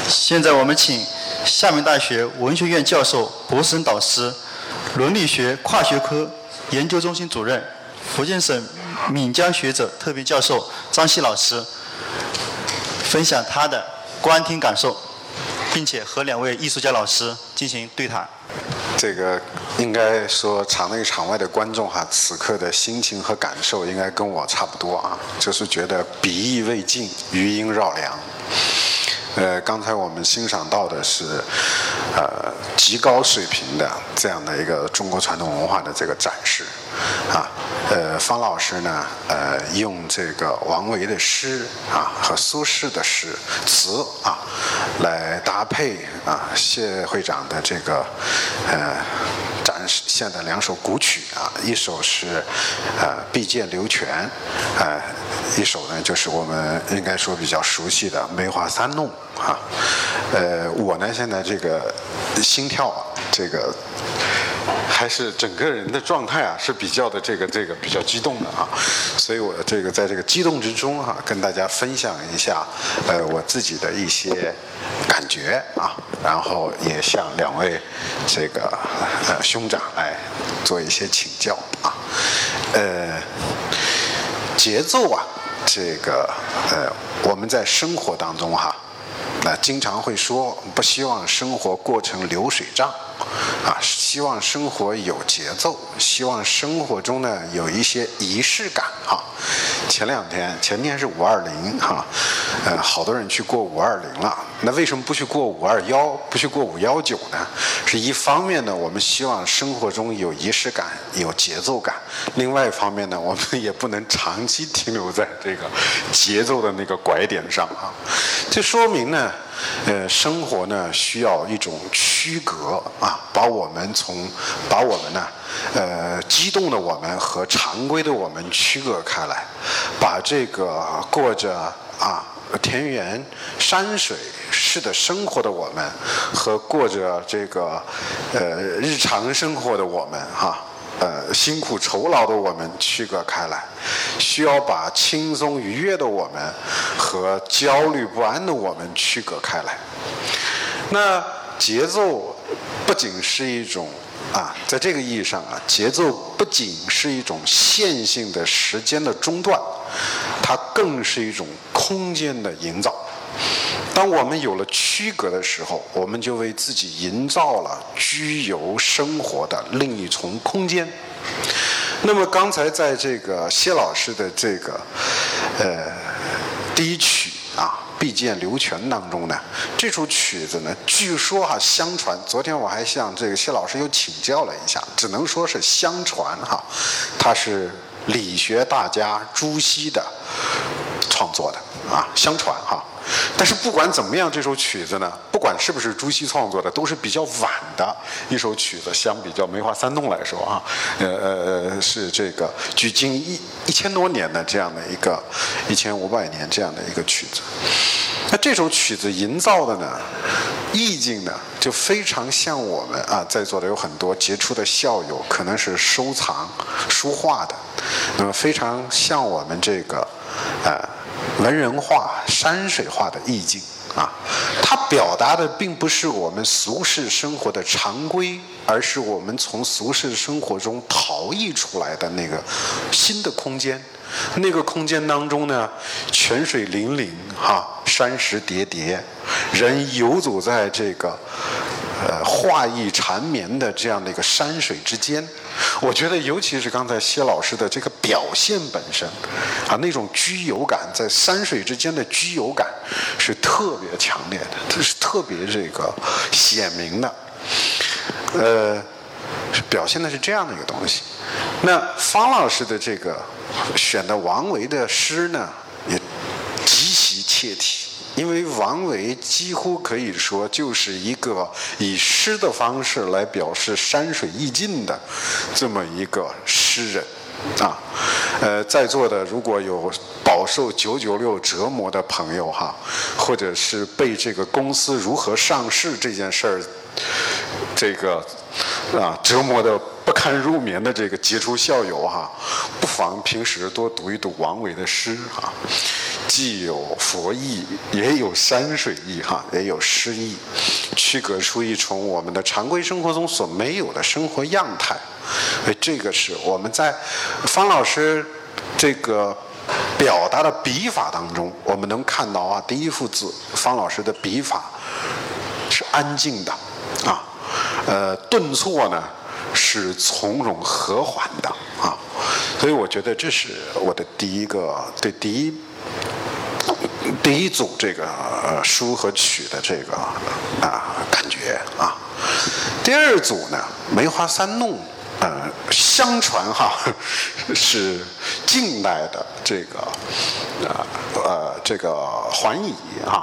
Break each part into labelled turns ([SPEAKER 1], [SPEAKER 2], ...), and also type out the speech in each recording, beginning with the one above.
[SPEAKER 1] 现在我们请厦门大学文学院教授、博士生导师、伦理学跨学科研究中心主任、福建省闽江学者特别教授张希老师分享他的观听感受，并且和2位艺术家老师进行对谈。
[SPEAKER 2] 这个应该说场内场外的观众哈，此刻的心情和感受应该跟我差不多啊，就是觉得笔意未尽，余音绕梁。刚才我们欣赏到的是，极高水平的这样的一个中国传统文化的这个展示，啊，方老师呢，用这个王维的诗啊和苏轼的诗词啊，来搭配啊谢会长的这个展示现的2首古曲啊，一首是碧涧流泉，一首呢就是我们应该说比较熟悉的梅花三弄啊，我呢现在这个心跳这个还是整个人的状态啊是比较的这个比较激动的啊，所以我这个在这个激动之中啊，跟大家分享一下我自己的一些感觉啊，然后也向2位这个兄长来做一些请教啊，节奏啊，这个我们在生活当中哈，经常会说不希望生活过成流水账啊，希望生活有节奏，希望生活中呢有一些仪式感哈。前天是520哈，好多人去过520了，那为什么不去过521，不去过519呢？是一方面呢，我们希望生活中有仪式感，有节奏感；另外一方面呢，我们也不能长期停留在这个节奏的那个拐点上啊。这说明呢，生活呢需要一种区隔啊，把我们呢，激动的我们和常规的我们区隔开来，把这个过着啊田园山水式的生活的我们和过着这个日常生活的我们哈。辛苦酬劳的我们区隔开来，需要把轻松愉悦的我们和焦虑不安的我们区隔开来。那节奏不仅是一种在这个意义上节奏不仅是一种线性的时间的中断，它更是一种空间的营造。当我们有了区隔的时候，我们就为自己营造了居游生活的另一重空间。那么刚才在这个谢老师的这个第一曲碧涧流泉当中呢，这首曲子呢，据说相传，昨天我还向这个谢老师又请教了一下，只能说是相传它是理学大家朱熹的创作的相传但是不管怎么样，这首曲子呢，不管是不是朱熹创作的，都是比较晚的一首曲子。相比较梅花三弄来说是这个距今1000多年的这样的一个1500年这样的一个曲子。那这首曲子营造的呢，意境呢，就非常像我们在座的有很多杰出的校友，可能是收藏书画的，那么非常像我们这个文人画、山水画的意境它表达的并不是我们俗世生活的常规，而是我们从俗世生活中逃逸出来的那个新的空间。那个空间当中呢，泉水粼粼山石叠叠，人游走在这个画意缠绵的这样的一个山水之间。我觉得尤其是刚才谢老师的这个表现本身那种居游感，在山水之间的居游感是特别强烈的，这是特别这个显明的表现的是这样的一个东西。那方老师的这个选的王维的诗呢，也极其切题，因为王维几乎可以说就是一个以诗的方式来表示山水意境的这么一个诗人在座的如果有饱受996折磨的朋友或者是被这个公司如何上市这件事儿这个折磨的不堪入眠的这个杰出校友不妨平时多读一读王维的诗既有佛意，也有山水意哈，也有诗意，区隔出一种我们的常规生活中所没有的生活样态。所以这个是我们在方老师这个表达的笔法当中，我们能看到啊，第一幅字方老师的笔法是安静的啊，顿挫呢是从容和缓的啊，所以我觉得这是我的第一组这个书和曲的这个感觉啊。第二组呢，梅花三弄。相传哈是近代的这个桓乙哈，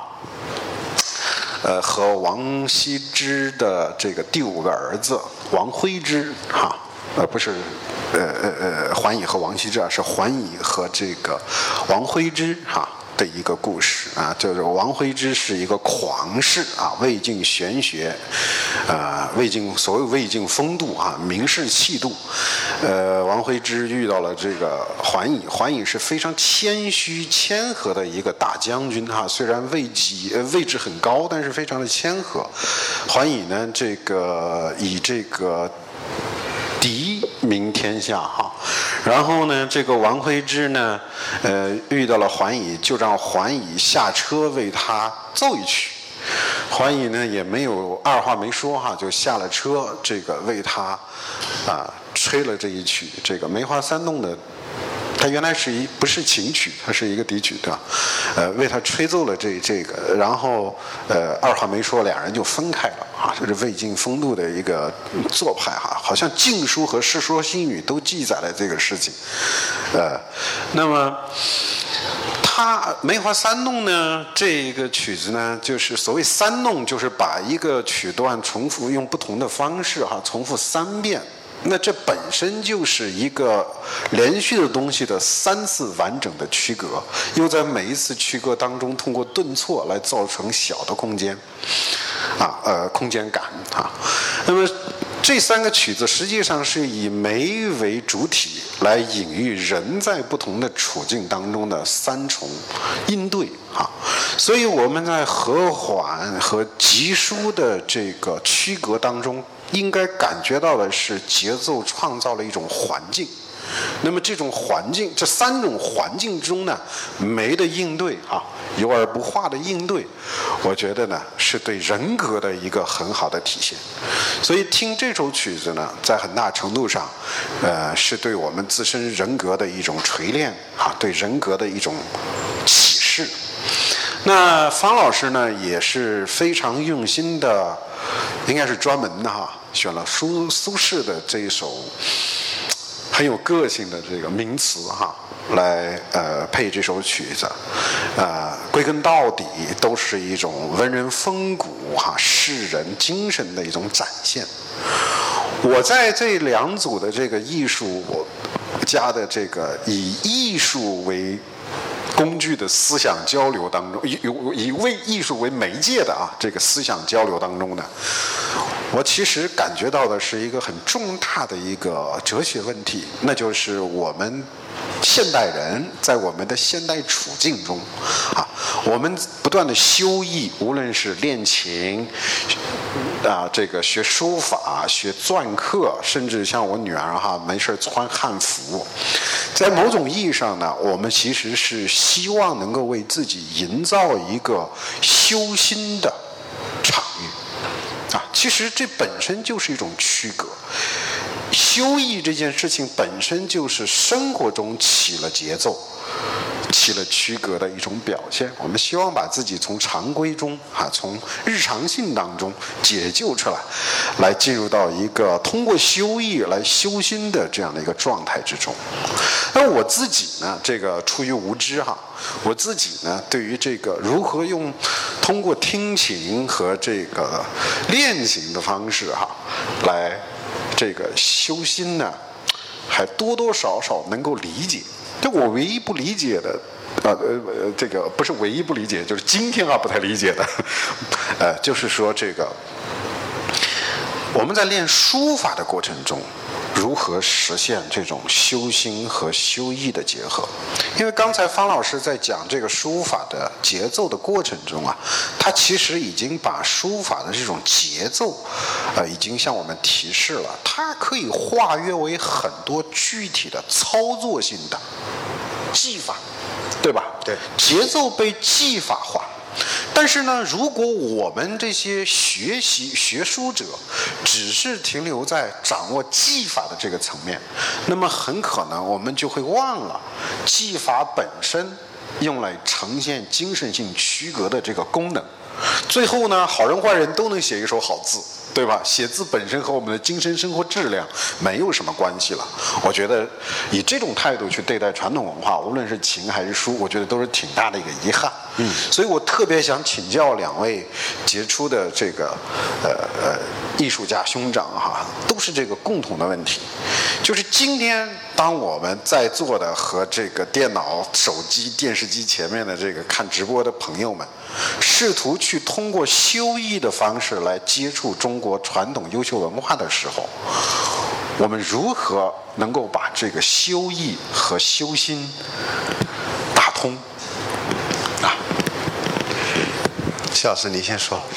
[SPEAKER 2] 和王羲之的这个第5个儿子王徽之哈，不是桓乙和王羲之啊，是桓乙和这个王徽之哈。的一个故事啊，就是王徽之是一个狂士啊，未尽玄学，所谓未尽风度啊，名士气度。王徽之遇到了这个桓乙，桓乙是非常谦虚谦和的一个大将军哈，虽然位置很高，但是非常的谦和。桓乙呢，以这个敌名天下哈，然后呢，这个王徽之呢，遇到了桓乙，就让桓乙下车为他奏一曲。桓乙呢也没有二话没说哈，就下了车，这个为他吹了这一曲，这个梅花三弄的。它原来不是琴曲，它是一个笛曲，对吧？为他吹奏了这个，然后二话没说，两人就分开了啊！这是魏晋风度的一个做派哈，好像《晋书》和《世说新语》都记载了这个事情。那么梅花三弄呢，这个曲子呢，就是所谓三弄，就是把一个曲段重复用不同的方式哈，重复3遍。那这本身就是一个连续的东西的3次完整的区隔，又在每一次区隔当中通过顿挫来造成小的空间，空间感啊。那么这3个曲子实际上是以梅为主体，来隐喻人在不同的处境当中的3重应对啊。所以我们在和缓和急舒的这个区隔当中，应该感觉到的是节奏创造了一种环境。那么这种环境，这3种环境中呢，梅的应对游而不化的应对，我觉得呢是对人格的一个很好的体现。所以听这首曲子呢，在很大程度上，是对我们自身人格的一种锤炼对人格的一种启示。那方老师呢，也是非常用心的，应该是专门的选了苏轼的这一首很有个性的这个名词来配这首曲子，归根到底都是一种文人风骨士人精神的一种展现。我在这2组的这个艺术家的这个以艺术为工具的思想交流当中，以为艺术为媒介的这个思想交流当中呢，我其实感觉到的是一个很重大的一个哲学问题，那就是我们现代人在我们的现代处境中我们不断的修艺，无论是练琴这个学书法、学篆刻，甚至像我女儿没事穿汉服，在某种意义上呢，我们其实是希望能够为自己营造一个修心的场域其实这本身就是一种区隔。修艺这件事情本身就是生活中起了节奏、起了区隔的一种表现。我们希望把自己从常规中从日常性当中解救出来，来进入到一个通过修艺来修心的这样的一个状态之中。那我自己呢，这个出于无知我自己呢，对于这个如何通过听琴和这个练琴的方式来这个修心呢，还多多少少能够理解。就我唯一不理解的这个不是唯一不理解，就是今天不太理解的就是说这个我们在练书法的过程中，如何实现这种修心和修意的结合？因为刚才方老师在讲这个书法的节奏的过程中啊，他其实已经把书法的这种节奏，已经向我们提示了，它可以化约为很多具体的操作性的技法，对吧？
[SPEAKER 3] 对，
[SPEAKER 2] 节奏被技法化。但是呢，如果我们这些学书者只是停留在掌握技法的这个层面，那么很可能我们就会忘了技法本身用来呈现精神性区隔的这个功能。最后呢，好人坏人都能写一手好字，对吧？写字本身和我们的精神生活质量没有什么关系了。我觉得以这种态度去对待传统文化，无论是情还是书，我觉得都是挺大的一个遗憾。所以我特别想请教两位杰出的这个艺术家兄长哈，都是这个共同的问题，就是今天当我们在座的和这个电脑、手机、电视机前面的这个看直播的朋友们，试图去通过修艺的方式来接触中国传统优秀文化的时候，我们如何能够把这个修艺和修心打通？
[SPEAKER 3] 谢老师，您先说。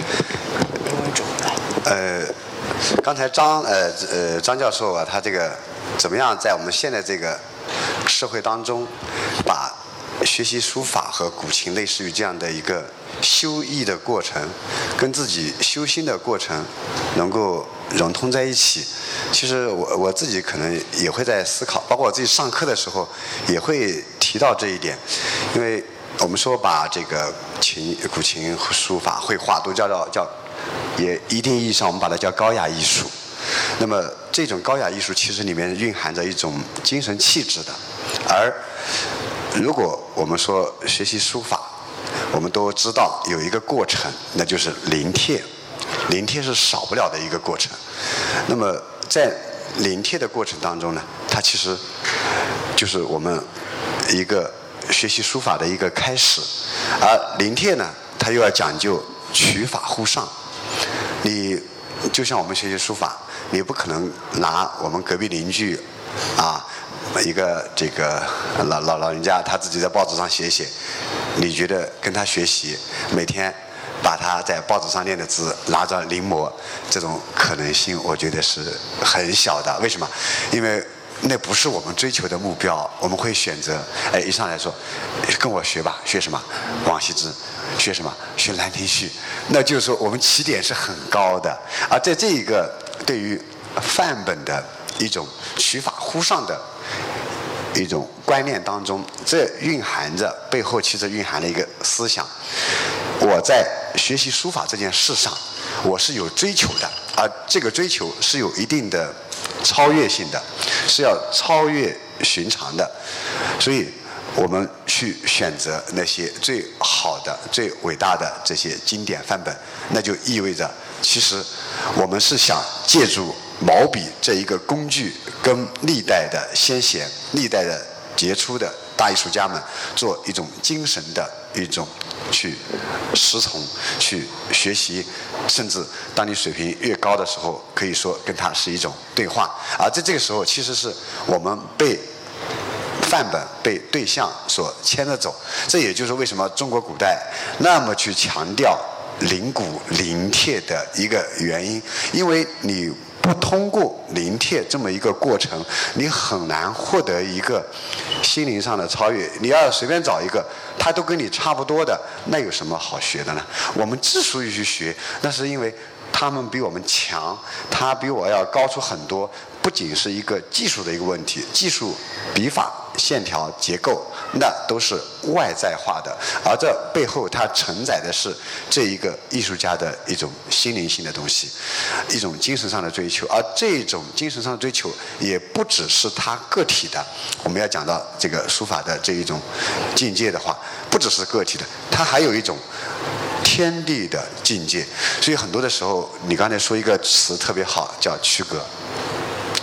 [SPEAKER 3] 刚才张教授啊，他这个怎么样在我们现在这个社会当中，把学习书法和古琴类似于这样的一个修艺的过程，跟自己修心的过程能够融通在一起。其实我自己可能也会在思考，包括我自己上课的时候也会提到这一点，因为我们说把这个古琴、书法、绘画都叫，也一定意义上我们把它叫高雅艺术。那么这种高雅艺术其实里面蕴含着一种精神气质的。而如果我们说学习书法，我们都知道有一个过程，那就是临帖。临帖是少不了的一个过程。那么在临帖的过程当中呢，它其实就是我们一个学习书法的一个开始。而临帖呢，它又要讲究取法乎上。你就像我们学习书法，你不可能拿我们隔壁邻居啊一个这个老人家他自己在报纸上写，你觉得跟他学习，每天把他在报纸上练的字拿着临摹，这种可能性我觉得是很小的。为什么？因为那不是我们追求的目标。我们会选择，一上来说跟我学吧，学什么？王羲之。学什么？学《兰亭序》。那就是说我们起点是很高的。而在这一个对于范本的一种取法乎上的一种观念当中，这蕴含着背后其实蕴含了一个思想。我在学习书法这件事上，我是有追求的，而这个追求是有一定的超越性的，是要超越寻常的。所以我们去选择那些最好的、最伟大的这些经典范本，那就意味着其实我们是想借助毛笔这一个工具，跟历代的先贤、历代的杰出的大艺术家们做一种精神的一种去师从、去学习，甚至当你水平越高的时候，可以说跟他是一种对话。而在这个时候，其实是我们被范本被对象所牵着走。这也就是为什么中国古代那么去强调临古临帖的一个原因，因为你不通过临帖这么一个过程，你很难获得一个心灵上的超越。你要随便找一个他都跟你差不多的，那有什么好学的呢？我们之所以去学，那是因为他们比我们强，他比我要高出很多。不仅是一个技术的一个问题，技术、笔法、线条、结构，那都是外在化的，而这背后它承载的是这一个艺术家的一种心灵性的东西，一种精神上的追求。而这种精神上的追求，也不只是他个体的。我们要讲到这个书法的这一种境界的话，不只是个体的，它还有一种天地的境界。所以很多的时候，你刚才说一个词特别好，叫区隔。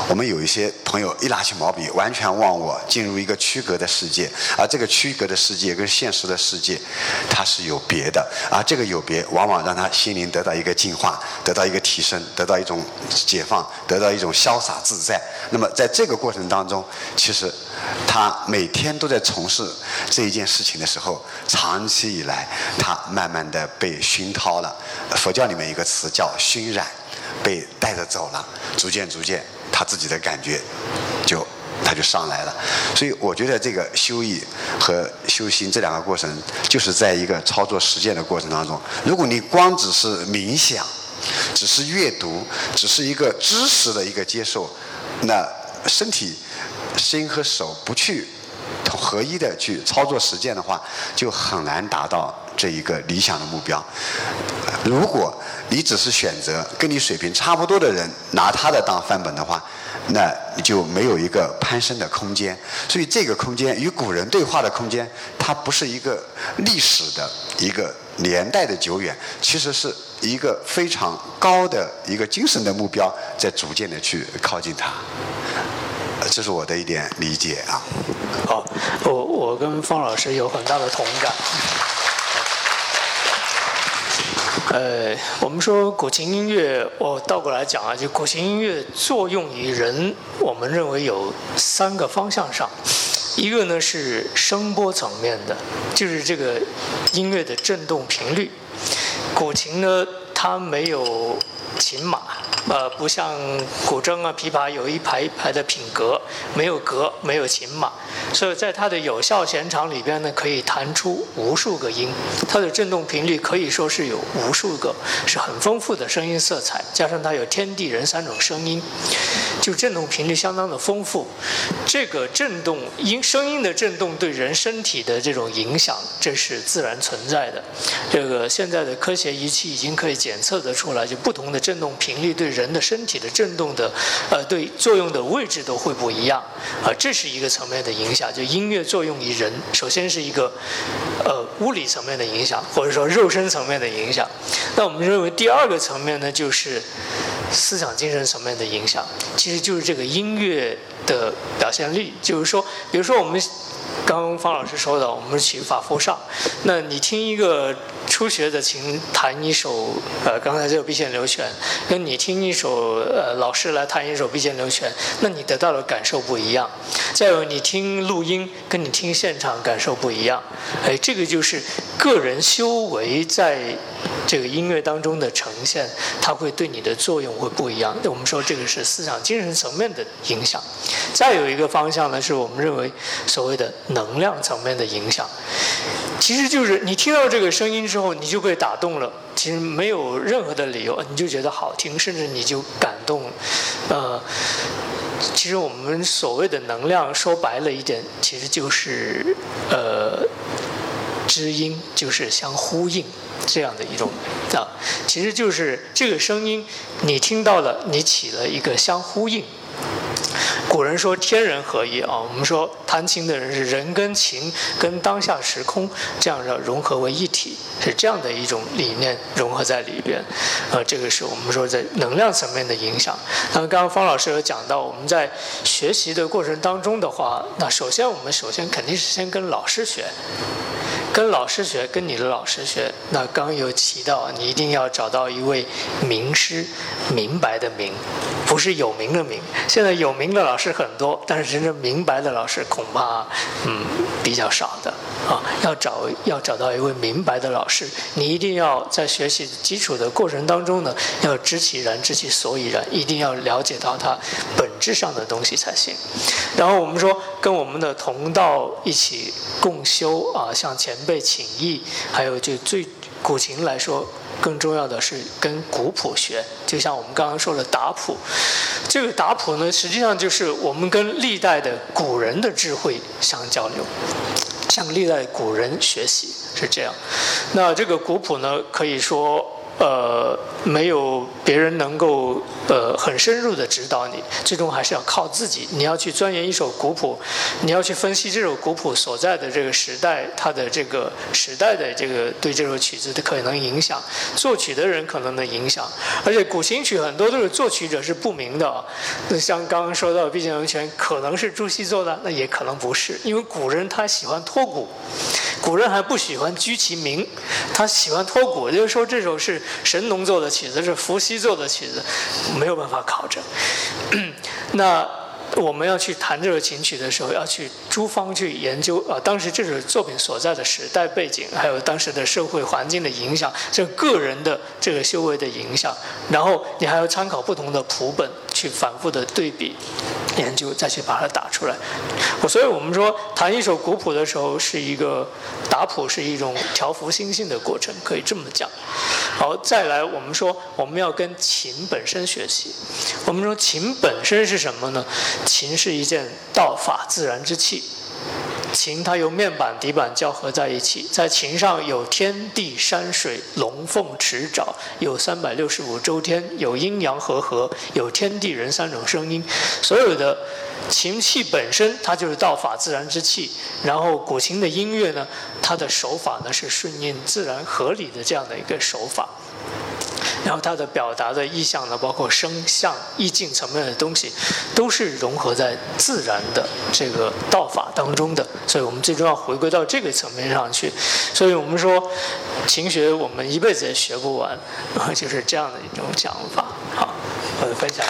[SPEAKER 3] 我们有一些朋友一拿起毛笔，完全忘我，进入一个区隔的世界，而这个区隔的世界跟现实的世界，它是有别的，而这个有别，往往让他心灵得到一个净化，得到一个提升，得到一种解放，得到一种潇洒自在。那么在这个过程当中，其实他每天都在从事这一件事情的时候，长期以来，他慢慢的被熏陶了。佛教里面一个词叫熏染，被带着走了，逐渐，他自己的感觉他就上来了。所以我觉得这个修义和修心这两个过程，就是在一个操作实践的过程当中，如果你光只是冥想，只是阅读，只是一个知识的一个接受，那身体、心和手不去合一的去操作实践的话，就很难达到这一个理想的目标。如果你只是选择跟你水平差不多的人，拿他的当范本的话，那你就没有一个攀升的空间。所以这个空间与古人对话的空间，它不是一个历史的一个年代的久远，其实是一个非常高的一个精神的目标，在逐渐的去靠近它。这是我的一点理解啊。
[SPEAKER 4] 好，我跟方老师有很大的同感。我们说古琴音乐，我倒过来讲啊，就古琴音乐作用于人，我们认为有3个方向上。一个呢是声波层面的，就是这个音乐的振动频率。古琴呢，它没有琴码，不像古筝啊、琵琶有一排一排的品格，没有格，没有琴码，所以在它的有效弦长里边呢，可以弹出无数个音，它的振动频率可以说是有无数个，是很丰富的声音色彩，加上它有天地人3种声音，就振动频率相当的丰富。这个振动声音的振动对人身体的这种影响，这是自然存在的。这个现在的科学仪器已经可以检测得出来，就不同的振动频率对人的身体的振动的对作用的位置都会不一样这是一个层面的影响。就音乐作用于人，首先是一个物理层面的影响，或者说肉身层面的影响。那我们认为第2个层面呢，就是思想精神层面的影响，其实就是这个音乐的表现力。就是说，比如说我们刚刚方老师说的，我们取法夫上，那你听一个初学的琴弹一首刚才这个《碧涧流泉》，跟你听一首老师来弹一首《碧涧流泉》，那你得到的感受不一样。再有你听录音跟你听现场感受不一样。这个就是个人修为在这个音乐当中的呈现，它会对你的作用会不一样。我们说这个是思想精神层面的影响。再有一个方向呢，是我们认为所谓的能量层面的影响。其实就是你听到这个声音之后，你就被打动了，其实没有任何的理由，你就觉得好听，甚至你就感动。其实我们所谓的能量，说白了一点，其实就是知音，就是相呼应这样的一种其实就是这个声音你听到了，你起了一个相呼应。古人说天人合一我们说弹琴的人是人跟琴跟当下时空这样的融合为一体，是这样的一种理念融合在里边。这个是我们说在能量层面的影响。那么刚刚方老师有讲到，我们在学习的过程当中的话，那我们首先肯定是先跟老师学。跟老师学，跟你的老师学。那刚刚有提到，你一定要找到一位名师，明白的明，不是有名的名。现在有名的老师很多，但是真正明白的老师恐怕比较少的要找到一位明白的老师，你一定要在学习基础的过程当中呢，要知其然，知其所以然，一定要了解到它本质上的东西才行。然后我们说，跟我们的同道一起共修向前辈请益，还有就最古琴来说，更重要的是跟古谱学。就像我们刚刚说的打谱，这个打谱呢，实际上就是我们跟历代的古人的智慧相交流，向历代古人学习，是这样。那这个古谱呢，可以说没有别人能够很深入的指导你，最终还是要靠自己。你要去钻研一首古谱，你要去分析这首古谱所在的这个时代，它的这个时代的这个对这首曲子的可能影响，作曲的人可能的影响。而且古琴曲很多都是作曲者是不明的，那像刚刚说到《毕竟流泉》，可能是朱熹做的，那也可能不是，因为古人他喜欢托古，古人还不喜欢居其名，他喜欢托古，也就是说这首是神农做的曲子，是伏羲做的曲子，没有办法考证。那我们要去弹这个琴曲的时候，要去诸方去研究当时这首作品所在的时代背景，还有当时的社会环境的影响，这个人的这个修为的影响，然后你还要参考不同的谱本，去反复的对比研究，再去把它打出来。所以我们说弹一首古谱的时候，是一个打谱是一种调伏心性的过程，可以这么讲。好，再来我们说我们要跟琴本身学习。我们说琴本身是什么呢？琴是一件道法自然之器。琴它由面板、底板交合在一起，在琴上有天地山水、龙凤池沼，有365周天，有阴阳和，有天地人3种声音。所有的琴器本身它就是道法自然之器，然后古琴的音乐呢，它的手法呢是顺应自然合理的这样的一个手法。然后它的表达的意象呢，包括声相、意境层面的东西，都是融合在自然的这个道法当中的。所以我们最终要回归到这个层面上去。所以我们说，琴学我们一辈子也学不完，就是这样的一种讲法。好，我的分享。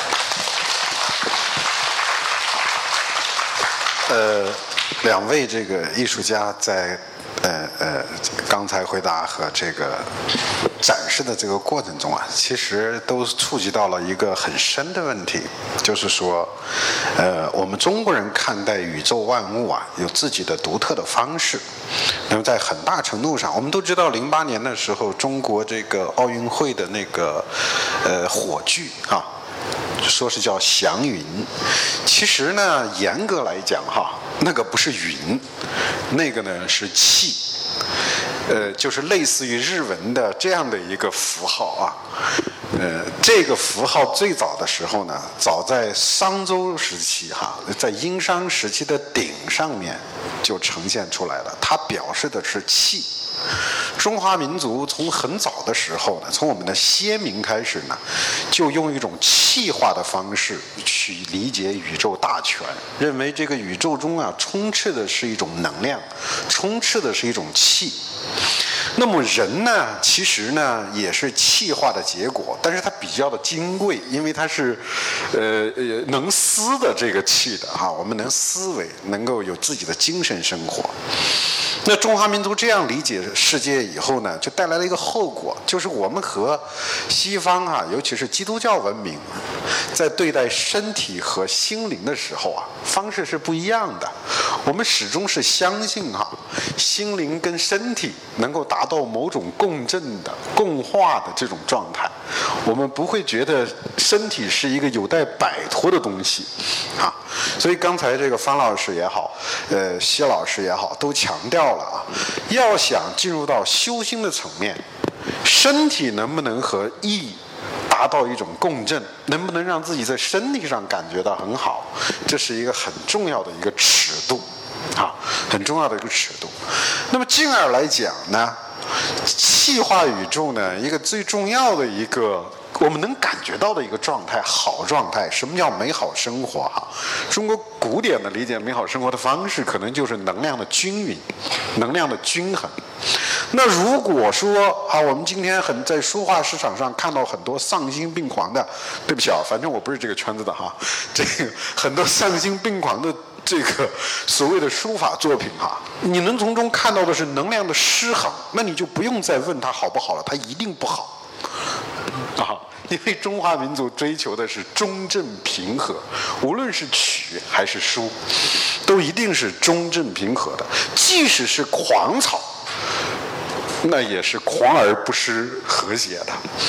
[SPEAKER 2] 两位这个艺术家在刚才回答和这个展示的这个过程中啊，其实都触及到了一个很深的问题，就是说，我们中国人看待宇宙万物啊，有自己的独特的方式。那么在很大程度上，我们都知道08年的时候，中国这个奥运会的那个火炬啊，说是叫祥云，其实呢，严格来讲哈，那个不是云，那个呢是气，就是类似于日文的这样的一个符号啊。这个符号最早的时候呢，早在商周时期哈，在殷商时期的鼎上面就呈现出来了，它表示的是气。中华民族从很早的时候呢，从我们的先民开始呢，就用一种气化的方式去理解宇宙大全，认为这个宇宙中啊，充斥的是一种能量，充斥的是一种气。那么人呢，其实呢也是气化的结果，但是它比较的金贵，因为它是能思的这个气的哈，我们能思维，能够有自己的精神生活。那中华民族这样理解世界以后呢，就带来了一个后果，就是我们和西方啊，尤其是基督教文明，在对待身体和心灵的时候啊，方式是不一样的。我们始终是相信哈，心灵跟身体能够达到某种共振的、共化的这种状态，我们不会觉得身体是一个有待摆脱的东西啊。所以刚才这个方老师也好，谢老师也好，都强调了啊，要想进入到修心的层面，身体能不能和意达到一种共振，能不能让自己在身体上感觉到很好，这是一个很重要的一个尺度啊，很重要的一个尺度。那么进而来讲呢，气化宇宙呢，一个最重要的一个我们能感觉到的一个状态，好状态。什么叫美好生活哈？中国古典的理解美好生活的方式，可能就是能量的均匀，能量的均衡。那如果说啊，我们今天在书画市场上看到很多丧心病狂的，对不起啊，反正我不是这个圈子的哈，这个很多丧心病狂的这个所谓的书法作品哈，你能从中看到的是能量的失衡，那你就不用再问它好不好了，它一定不好啊。因为中华民族追求的是中正平和，无论是曲还是书，都一定是中正平和的。即使是狂草，那也是狂而不失和谐的。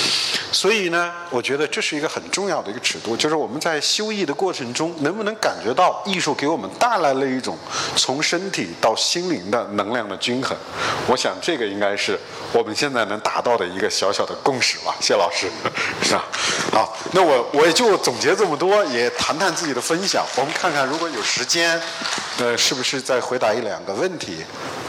[SPEAKER 2] 所以呢，我觉得这是一个很重要的一个尺度，就是我们在修艺的过程中，能不能感觉到艺术给我们带来了一种从身体到心灵的能量的均衡？我想这个应该是我们现在能达到的一个小小的共识吧，谢老师，是吧？好，那我也就总结这么多，也谈谈自己的分享。我们看看如果有时间，是不是再回答1、2个问题？